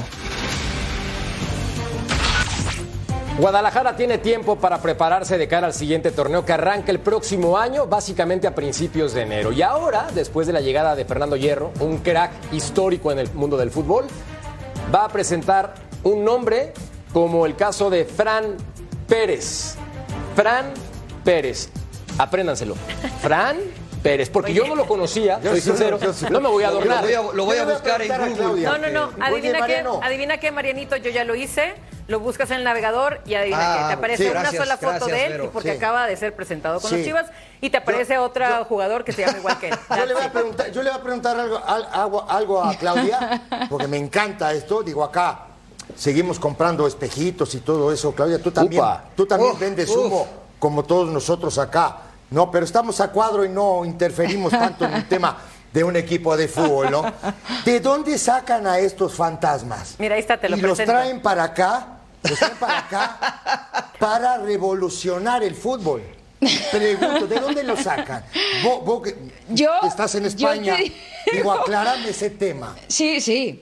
Guadalajara tiene tiempo para prepararse de cara al siguiente torneo que arranca el próximo año, básicamente a principios de enero. Y ahora, después de la llegada de Fernando Hierro, un crack histórico en el mundo del fútbol, va a presentar un nombre como el caso de Fran Pérez. Fran Pérez. Apréndanselo. Fran Pérez, porque Oye, yo no lo conocía, soy sincero, no me voy a adornar. Lo voy a, lo voy a buscar en Google. No, no, no, adivina qué, adivina qué, Marianito, yo ya lo hice, lo buscas en el navegador y adivina ah, qué, te aparece sí, una gracias, sola foto gracias, de él, Vero. porque sí. acaba de ser presentado con sí. los Chivas, y te aparece yo, otro yo, jugador que se llama igual que él. Yo le voy a preguntar, yo le voy a, preguntar algo, algo, algo a Claudia, porque me encanta esto, digo acá, seguimos comprando espejitos y todo eso, Claudia, tú también, Upa. tú también uf, vendes uf. humo, como todos nosotros acá. No, pero estamos a cuadro y no interferimos tanto en el tema de un equipo de fútbol, ¿no? ¿De dónde sacan a estos fantasmas? Mira, ahí está, te lo y presento. los traen para acá, los traen para acá para revolucionar el fútbol. Pregunto, ¿de dónde los sacan? Vos, vos que yo, estás en España, digo, digo, aclárame ese tema. Sí, sí.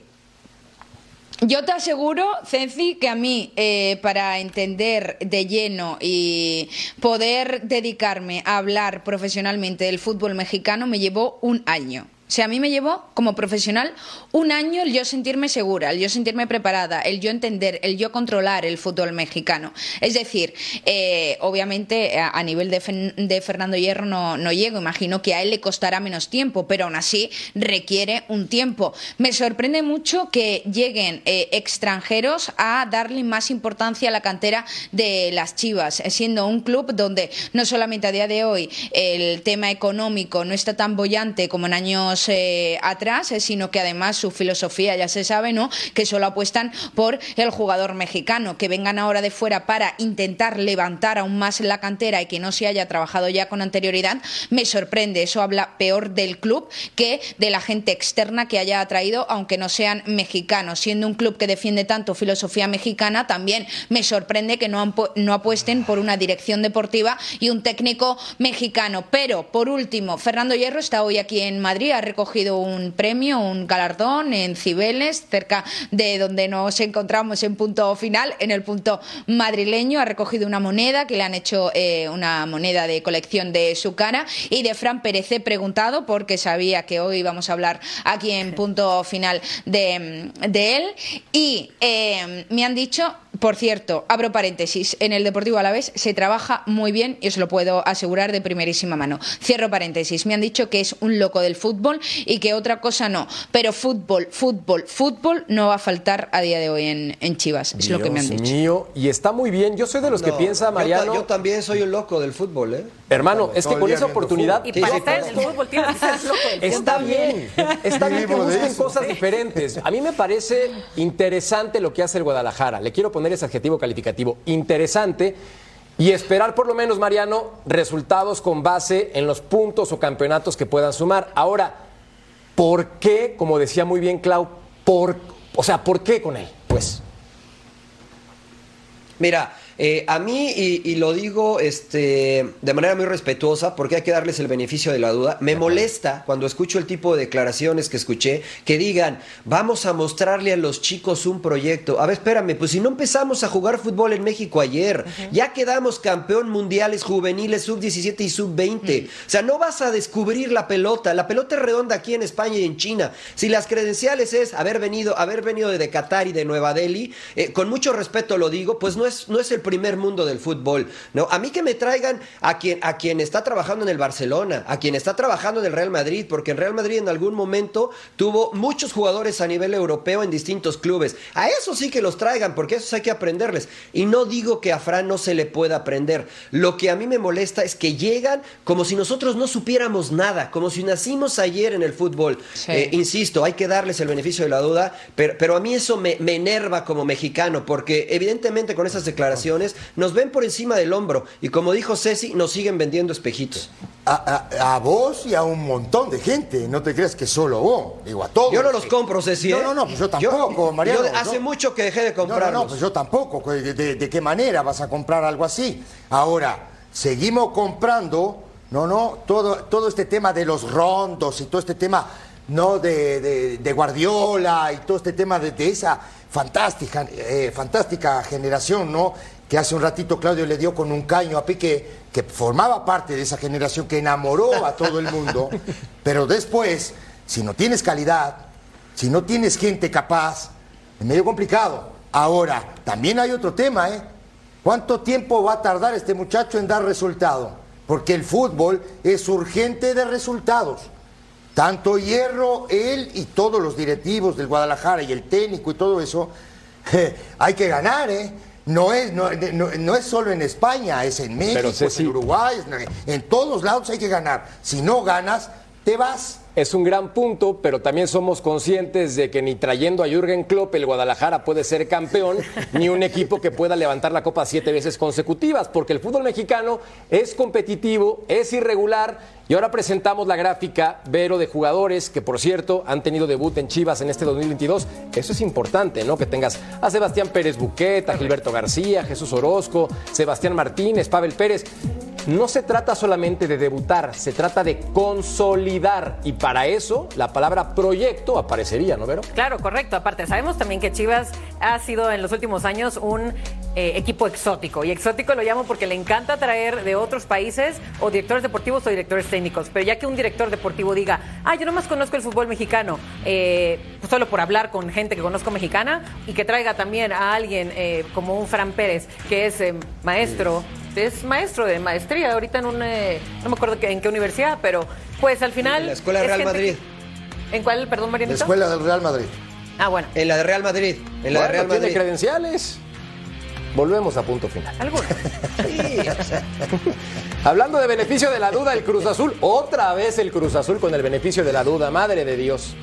Yo te aseguro, Cenci, que a mí, eh, para entender de lleno y poder dedicarme a hablar profesionalmente del fútbol mexicano, me llevó un año. O sea, a mí me llevó como profesional un año el yo sentirme segura, el yo sentirme preparada, el yo entender, el yo controlar el fútbol mexicano. Es decir, eh, obviamente a, a nivel de, Fen, de Fernando Hierro no, no llego, imagino que a él le costará menos tiempo, pero aún así requiere un tiempo. Me sorprende mucho que lleguen eh, extranjeros a darle más importancia a la cantera de las Chivas, siendo un club donde no solamente a día de hoy el tema económico no está tan bollante como en años Eh, atrás, eh, sino que además su filosofía ya se sabe, ¿no? Que solo apuestan por el jugador mexicano, que vengan ahora de fuera para intentar levantar aún más la cantera y que no se haya trabajado ya con anterioridad, me sorprende. Eso habla peor del club que de la gente externa que haya atraído, aunque no sean mexicanos. Siendo un club que defiende tanto filosofía mexicana, también me sorprende que no, no apuesten por una dirección deportiva y un técnico mexicano. Pero, por último, Fernando Hierro está hoy aquí en Madrid, ha recogido un premio, un galardón en Cibeles, cerca de donde nos encontramos en Punto Final, en el punto madrileño. Ha recogido una moneda que le han hecho, eh, una moneda de colección de su cara. Y de Fran Pérez he preguntado, porque sabía que hoy vamos a hablar aquí en Punto Final de, de él, y eh, me han dicho, por cierto, abro paréntesis, en el Deportivo Alavés se trabaja muy bien y os lo puedo asegurar de primerísima mano. Cierro paréntesis, me han dicho que es un loco del fútbol y que otra cosa no, pero fútbol, fútbol, fútbol no va a faltar a día de hoy en, en Chivas, es Dios lo que me han dicho. Mío, y está muy bien, yo soy de los no, que piensa, Mariano... Yo, yo también soy un loco del fútbol, ¿eh? Hermano, es que con esa oportunidad... Y para estar en el fútbol tienes que ser loco del fútbol. Está bien, está bien que busquen cosas diferentes. A mí me parece interesante lo que hace el Guadalajara, le quiero poner ese adjetivo calificativo, interesante, y esperar por lo menos, Mariano, resultados con base en los puntos o campeonatos que puedan sumar. Ahora, ¿por qué, como decía muy bien Clau, por, o sea, ¿por qué con él? Pues... Mira, eh, a mí, y, y lo digo este, de manera muy respetuosa, porque hay que darles el beneficio de la duda, me molesta cuando escucho el tipo de declaraciones que escuché, que digan, vamos a mostrarle a los chicos un proyecto. A ver, espérame, pues si no empezamos a jugar fútbol en México ayer, uh-huh. ya quedamos campeón mundiales juveniles sub diecisiete y sub veinte. Uh-huh. O sea, no vas a descubrir la pelota. La pelota es redonda aquí en España y en China. Si las credenciales es haber venido, haber venido de Qatar y de Nueva Delhi, eh, con mucho respeto lo digo, pues no es, no es el primer mundo del fútbol, ¿no? A mí que me traigan a quien, a quien está trabajando en el Barcelona, a quien está trabajando en el Real Madrid, porque en Real Madrid en algún momento tuvo muchos jugadores a nivel europeo en distintos clubes. A eso sí que los traigan, porque a esos hay que aprenderles. Y no digo que a Fran no se le pueda aprender. Lo que a mí me molesta es que llegan como si nosotros no supiéramos nada, como si nacimos ayer en el fútbol. Sí. Eh, insisto, hay que darles el beneficio de la duda, pero, pero a mí eso me, me enerva como mexicano, porque evidentemente con esas declaraciones nos ven por encima del hombro y como dijo Ceci, nos siguen vendiendo espejitos. A, a, a vos y a un montón de gente, no te creas que solo vos, digo a todos. Yo no los compro, Ceci. No, no, no, pues yo tampoco, yo, Mariano. Yo hace yo, mucho que dejé de comprarlos. No, no, no, pues yo tampoco. ¿De, de, de qué manera vas a comprar algo así? Ahora, seguimos comprando, no, no, todo, todo este tema de los rondos y todo este tema, no, de, de, de Guardiola y todo este tema de, de esa fantástica, eh, fantástica generación, ¿no? Que hace un ratito Claudio le dio con un caño a Piqué, que formaba parte de esa generación que enamoró a todo el mundo, pero después, si no tienes calidad, si no tienes gente capaz, es medio complicado. Ahora, también hay otro tema, ¿eh? ¿Cuánto tiempo va a tardar este muchacho en dar resultado? Porque el fútbol es urgente de resultados. Tanto Hierro, él y todos los directivos del Guadalajara y el técnico y todo eso, eh, hay que ganar, ¿eh? No es, no, no, no es solo en España, es en México, es en Uruguay, es, en todos lados hay que ganar. Si no ganas, te vas. Es un gran punto, pero también somos conscientes de que ni trayendo a Jürgen Klopp el Guadalajara puede ser campeón, ni un equipo que pueda levantar la copa siete veces consecutivas, porque el fútbol mexicano es competitivo, es irregular, y ahora presentamos la gráfica, Vero, de jugadores que, por cierto, han tenido debut en Chivas en este dos mil veintidós. Eso es importante, ¿no? Que tengas a Sebastián Pérez Buquet, a Gilberto García, Jesús Orozco, Sebastián Martínez, Pavel Pérez. No se trata solamente de debutar, se trata de consolidar, y para eso la palabra proyecto aparecería, ¿no, Vero? Claro, correcto. Aparte, sabemos también que Chivas ha sido en los últimos años un eh, equipo exótico, y exótico lo llamo porque le encanta traer de otros países o directores deportivos o directores técnicos, pero ya que un director deportivo diga, ah, yo nomás conozco el fútbol mexicano, eh, pues solo por hablar con gente que conozco mexicana, y que traiga también a alguien eh, como un Fran Pérez, que es eh, maestro, es maestro de maestría ahorita en un, eh, no me acuerdo que, en qué universidad, pero pues al final... En la Escuela de Real Madrid. Que, ¿en cuál, perdón, Marianito? La Escuela del Real Madrid. Ah, bueno. En la de Real Madrid. En la bueno, de Real Madrid. ¿Tiene credenciales? Volvemos a punto final. ¿Alguna? Sí, o sea. Hablando de beneficio de la duda, el Cruz Azul, otra vez el Cruz Azul con el beneficio de la duda, madre de Dios.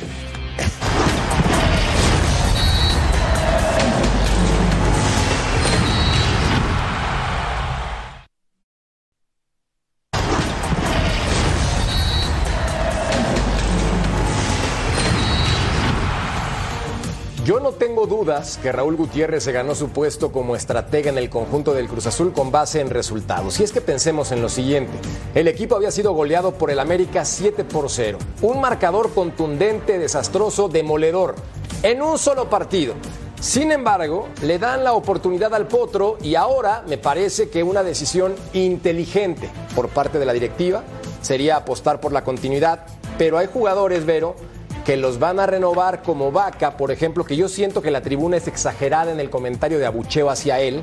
Yo no tengo dudas que Raúl Gutiérrez se ganó su puesto como estratega en el conjunto del Cruz Azul con base en resultados. Y es que pensemos en lo siguiente: el equipo había sido goleado por el América siete por cero. Un marcador contundente, desastroso, demoledor, en un solo partido. Sin embargo, le dan la oportunidad al Potro, y ahora me parece que una decisión inteligente por parte de la directiva sería apostar por la continuidad. Pero hay jugadores, Vero, que los van a renovar, como Vaca, por ejemplo, que yo siento que la tribuna es exagerada en el comentario de abucheo hacia él,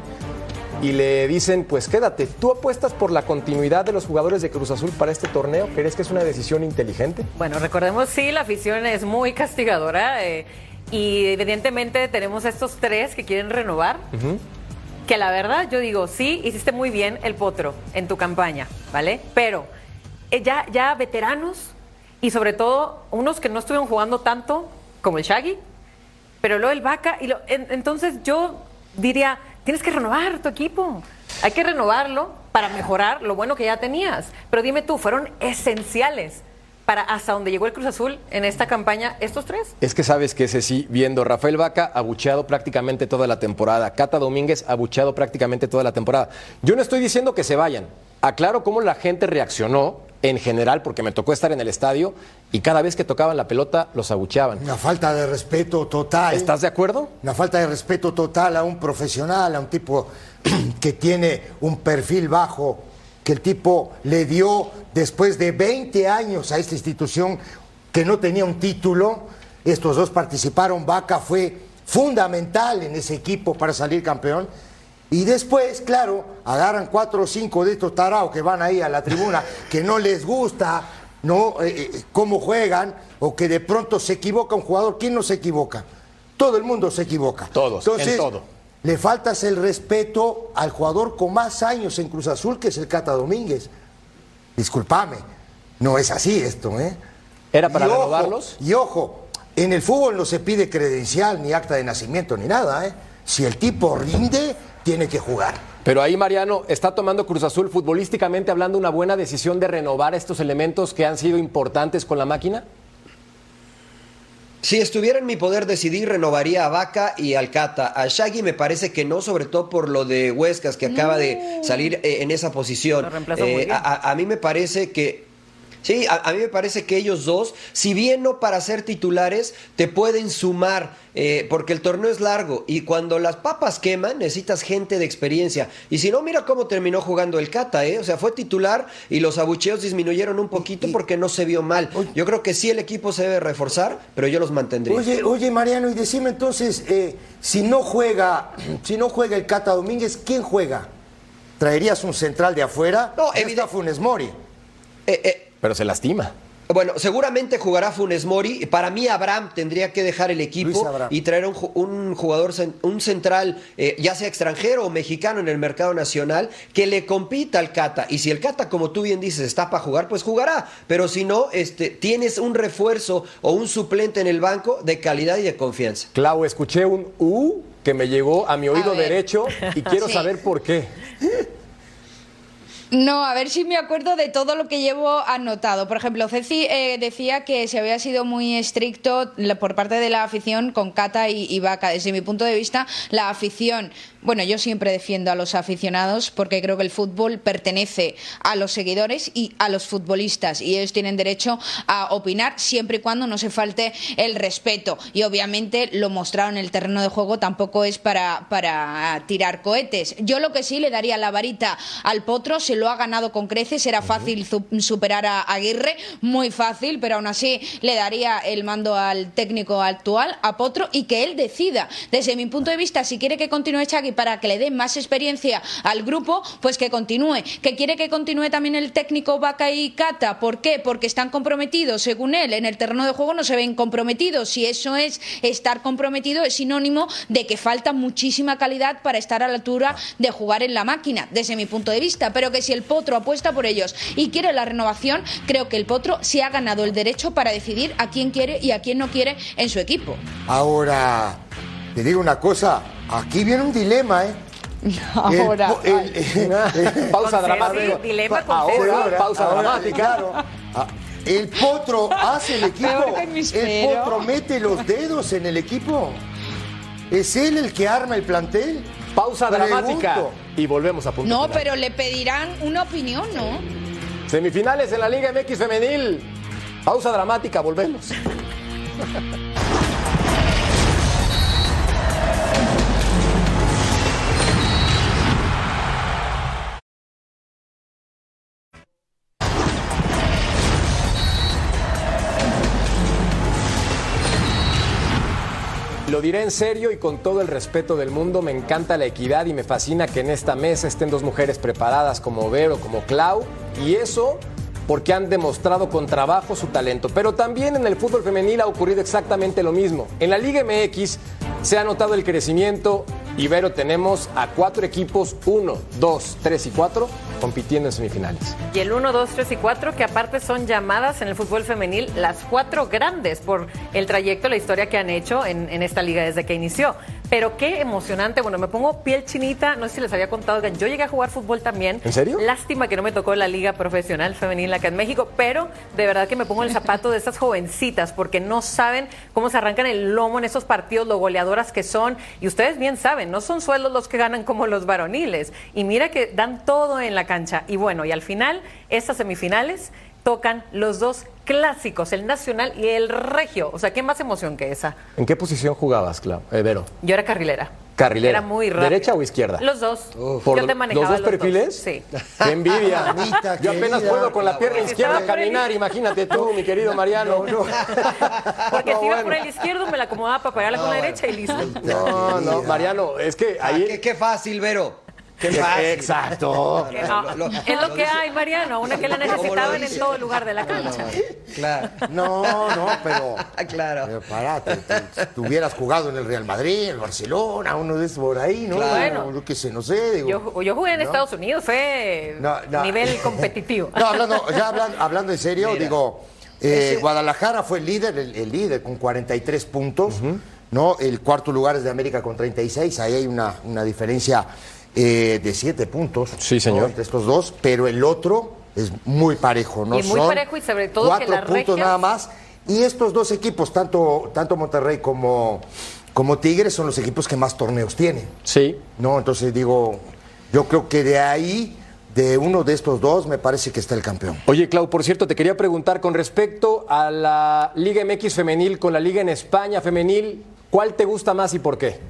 y le dicen, pues quédate. ¿Tú apuestas por la continuidad de los jugadores de Cruz Azul para este torneo? ¿Crees que es una decisión inteligente? Bueno, recordemos, sí, la afición es muy castigadora, eh, y evidentemente tenemos estos tres que quieren renovar, uh-huh. que la verdad yo digo, sí, hiciste muy bien el Potro en tu campaña, ¿vale? Pero eh, ya, ya veteranos, y sobre todo unos que no estuvieron jugando tanto, como el Shaggy, pero luego el Vaca, y lo, en, entonces yo diría, tienes que renovar tu equipo, hay que renovarlo para mejorar lo bueno que ya tenías. Pero dime tú, ¿fueron esenciales para hasta donde llegó el Cruz Azul en esta campaña estos tres? Es que sabes que ese sí, viendo Rafael Vaca abucheado prácticamente toda la temporada, Cata Domínguez abucheado prácticamente toda la temporada. Yo no estoy diciendo que se vayan, aclaro cómo la gente reaccionó en general, porque me tocó estar en el estadio y cada vez que tocaban la pelota los abucheaban. Una falta de respeto total. ¿Estás de acuerdo? Una falta de respeto total a un profesional, a un tipo que tiene un perfil bajo, que el tipo le dio después de veinte años a esta institución que no tenía un título. Estos dos participaron, Vaca fue fundamental en ese equipo para salir campeón. Y después, claro, agarran cuatro o cinco de estos taraos que van ahí a la tribuna, que no les gusta, ¿no? Eh, eh, cómo juegan, o que de pronto se equivoca un jugador. ¿Quién no se equivoca? Todo el mundo se equivoca. Todos, Entonces, en todo. Le faltas el respeto al jugador con más años en Cruz Azul, que es el Cata Domínguez. Discúlpame, no es así esto, ¿eh? ¿Era para y ojo, renovarlos? Y ojo, en el fútbol no se pide credencial, ni acta de nacimiento, ni nada, ¿eh? Si el tipo rinde, tiene que jugar. Pero ahí, Mariano, ¿está tomando Cruz Azul futbolísticamente hablando una buena decisión de renovar estos elementos que han sido importantes con la máquina? Si estuviera en mi poder decidir, renovaría a Vaca y al Cata. A Shaggy me parece que no, sobre todo por lo de Huescas, que acaba de salir eh, en esa posición. Lo reemplazó muy Eh, bien. a, a mí me parece que Sí, a, a mí me parece que ellos dos, si bien no para ser titulares, te pueden sumar, eh, porque el torneo es largo y cuando las papas queman necesitas gente de experiencia. Y si no, mira cómo terminó jugando el Cata, ¿eh? O sea, fue titular y los abucheos disminuyeron un poquito porque no se vio mal. Yo creo que sí el equipo se debe reforzar, pero yo los mantendría. Oye, oye, Mariano, y decime entonces, eh, si no juega, si no juega el Cata Domínguez, ¿quién juega? ¿Traerías un central de afuera? No, Ya evidente- está Funes Mori. Eh, eh, Pero se lastima. Bueno, seguramente jugará Funes Mori. Para mí, Abraham tendría que dejar el Luis equipo Abraham. y traer un, ju- un jugador, cen- un central, eh, ya sea extranjero o mexicano en el mercado nacional, que le compita al Cata. Y si el Cata, como tú bien dices, está para jugar, pues jugará. Pero si no, este, tienes un refuerzo o un suplente en el banco de calidad y de confianza. Clau, escuché un U que me llegó a mi oído ver. derecho y quiero Sí. saber por qué. No, a ver si me acuerdo de todo lo que llevo anotado. Por ejemplo, Ceci eh, decía que se había sido muy estricto la- por parte de la afición con Cata y, y Vaca. Desde mi punto de vista, la afición... Bueno, yo siempre defiendo a los aficionados porque creo que el fútbol pertenece a los seguidores y a los futbolistas y ellos tienen derecho a opinar siempre y cuando no se falte el respeto. Y obviamente lo mostrado en el terreno de juego tampoco es para, para tirar cohetes. Yo lo que sí le daría la varita al Potro, se lo ha ganado con creces, era fácil su- superar a Aguirre, muy fácil, pero aún así le daría el mando al técnico actual, a Potro, y que él decida. Desde mi punto de vista, si quiere que continúe Xavi para que le dé más experiencia al grupo, pues que continúe. Que quiere que continúe también el técnico Vaca y Cata. ¿Por qué? Porque están comprometidos, según él. En el terreno de juego no se ven comprometidos. Si eso es estar comprometido, es sinónimo de que falta muchísima calidad para estar a la altura de jugar en la máquina, desde mi punto de vista. Pero que si el Potro apuesta por ellos y quiere la renovación, creo que el Potro se ha ganado el derecho para decidir a quién quiere y a quién no quiere en su equipo. Ahora, te digo una cosa, aquí viene un dilema, ¿eh? Ahora, El- el- el- Pausa Con dramática. Ceci, dilema con Ahora, Ceci. pausa ahora, dramática. claro. Ah, el Potro hace el equipo. Peor que mi El espero. Potro mete los dedos en el equipo. ¿Es él el que arma el plantel? Pausa dramática. Pregunto. Y volvemos a punto no, final. pero le pedirán una opinión, ¿no? Semifinales en la Liga M X Femenil. Pausa dramática, volvemos. Lo diré en serio y con todo el respeto del mundo, me encanta la equidad y me fascina que en esta mesa estén dos mujeres preparadas como Vero, como Clau, y eso porque han demostrado con trabajo su talento. Pero también en el fútbol femenil ha ocurrido exactamente lo mismo. En la Liga M X se ha notado el crecimiento y, Vero, tenemos a cuatro equipos, uno, dos, tres y cuatro, compitiendo en semifinales. Y el uno, dos, tres y cuatro, que aparte son llamadas en el fútbol femenil las cuatro grandes por el trayecto, la historia que han hecho en, en esta liga desde que inició. Pero qué emocionante, bueno, me pongo piel chinita, no sé si les había contado, que yo llegué a jugar fútbol también. ¿En serio? Lástima que no me tocó la liga profesional femenil acá en México, pero de verdad que me pongo el zapato de estas jovencitas, porque no saben cómo se arrancan el lomo en esos partidos, lo goleadoras que son, y ustedes bien saben, no son sueldos los que ganan como los varoniles, y mira que dan todo en la cancha, y bueno, y al final, estas semifinales tocan los dos clásicos, el nacional y el regio. O sea, ¿qué más emoción que esa? ¿En qué posición jugabas, Clau? Eh, Vero. Yo era carrilera. Carrilera. Era muy rápida. ¿Derecha o izquierda? Los dos. ¿Por Yo te manejaba los dos perfiles? Sí. ¡Qué envidia! Mamita Yo apenas querida. puedo con la pierna Porque izquierda estaba por el- caminar, imagínate tú, mi querido Mariano. No, Porque No, si iba bueno. por el izquierdo, me la acomodaba para pegarla con la derecha y listo. no, no, Mariano, es que Ah, ahí... qué, qué fácil, Vero. Qué Qué- fácil. Exacto. Que no, Lo- lo- es lo que hay, Mariano, una que la ¿Cómo lo necesitaban en dice? todo lugar de la cancha. Claro. No, no, pero. Ah, claro. Pero parate, tú, tú hubieras jugado en el Real Madrid, en el Barcelona, uno de esos por ahí, ¿no? Claro. Yo qué sé, no sé. Digo, Yo, yo jugué en ¿no? Estados Unidos, fue No, no. nivel competitivo. No, hablando, ya hablando, hablando en serio, digo, eh, Guadalajara fue el líder, el, el líder con cuarenta y tres puntos, ¿no? El cuarto lugar es de América con treinta y seis, ahí hay una, una diferencia eh, de siete puntos. Sí, señor. ¿no? Entre estos dos, pero el otro es muy parejo, ¿no? Y muy Son parejo y sobre todo que cuatro las puntos regias- nada más. Y estos dos equipos, tanto, tanto Monterrey como, como Tigres, son los equipos que más torneos tienen. Sí. No, entonces digo, yo creo que de ahí, de uno de estos dos, me parece que está el campeón. Oye, Clau, por cierto, te quería preguntar con respecto a la Liga M X femenil con la Liga en España femenil, ¿cuál te gusta más y por qué?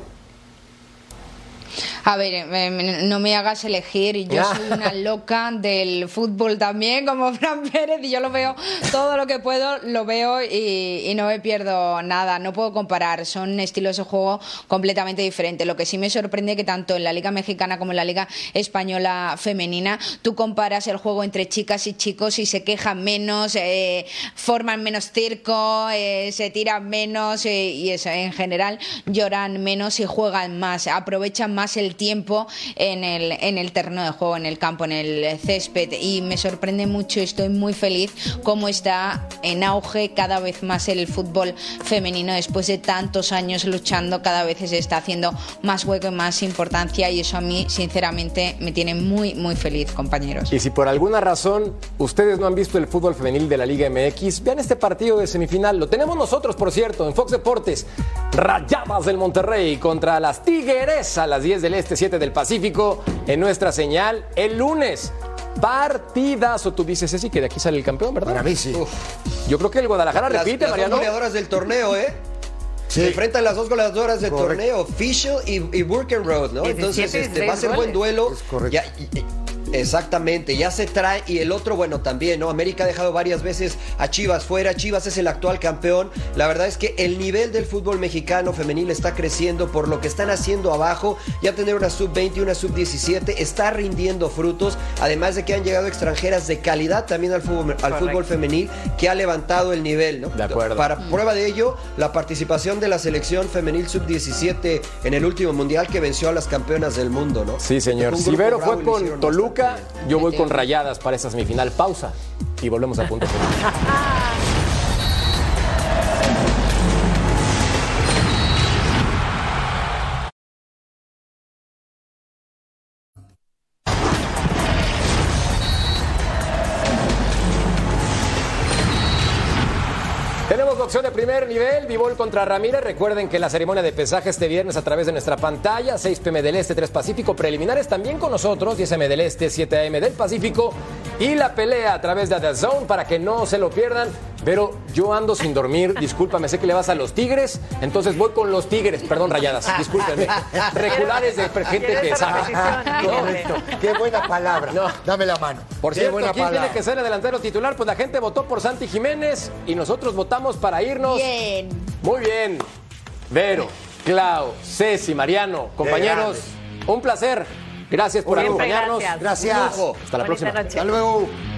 A ver, no me hagas elegir, yo soy una loca del fútbol también, como Fran Pérez, y yo lo veo, todo lo que puedo lo veo y, y no me pierdo nada, no puedo comparar, son estilos de juego completamente diferentes. Lo que sí me sorprende que tanto en la Liga Mexicana como en la Liga Española femenina, tú comparas el juego entre chicas y chicos y se quejan menos, eh, forman menos circo, eh, se tiran menos eh, y eso, en general lloran menos y juegan más, aprovechan más el tiempo en el, en el terreno de juego, en el campo, en el césped, y me sorprende mucho, estoy muy feliz cómo está en auge cada vez más el fútbol femenino después de tantos años luchando, cada vez se está haciendo más hueco y más importancia, y eso a mí sinceramente me tiene muy muy feliz, compañeros. Y si por alguna razón ustedes no han visto el fútbol femenil de la Liga M X, vean este partido de semifinal, lo tenemos nosotros por cierto en Fox Deportes, Rayadas del Monterrey contra las Tigres a las diez del Este, siete del Pacífico, en nuestra señal el lunes. Partidazo, tú dices, Ceci, que de aquí sale el campeón, ¿verdad? Para mí sí. Uf. Yo creo que el Guadalajara las, repite, las Mariano. Las dos goleadoras del torneo, ¿eh? Sí. Se enfrentan las dos goleadoras del Correcto. torneo, Fischl y, y Burkenroad, ¿no? Entonces este, va a ser buen duelo. Es correcto. Ya, y, y, exactamente, ya se trae, y el otro, bueno, también, ¿no? América ha dejado varias veces a Chivas fuera, Chivas es el actual campeón. La verdad es que el nivel del fútbol mexicano femenil está creciendo por lo que están haciendo abajo, ya tener una sub veinte y una sub diecisiete está rindiendo frutos, además de que han llegado extranjeras de calidad también al fútbol, al fútbol femenil, que ha levantado el nivel, ¿no? De acuerdo. Para prueba de ello, la participación de la selección femenil sub diecisiete en el último mundial que venció a las campeonas del mundo, ¿no? Sí, señor. Un grupo Sivero bravo fue y lo con hicieron Toluca, bastante bien. yo voy con Rayadas para esa semifinal. Pausa y volvemos a punto final. Tenemos boxeo de primer nivel, Bivol contra Ramírez. Recuerden que la ceremonia de pesaje este viernes a través de nuestra pantalla, seis p m del Este, tres Pacífico, preliminares también con nosotros, diez m del Este, siete a m del Pacífico, y la pelea a través de The Zone para que no se lo pierdan. Pero yo ando sin dormir, discúlpame, sé que le vas a los Tigres, entonces voy con los Tigres, perdón, Rayadas, discúlpeme. Regulares de gente que sabe. Correcto. Qué buena palabra. No. Dame la mano. Por Qué cierto, buena ¿quién palabra. tiene que ser el delantero titular? Pues la gente votó por Santi Jiménez y nosotros votamos para irnos. Bien. Muy bien. Vero, Clau, Ceci, Mariano, compañeros, un placer. Gracias por Siempre acompañarnos. gracias. Gracias. Un lujo. Hasta la Bonita próxima. noche. Hasta luego.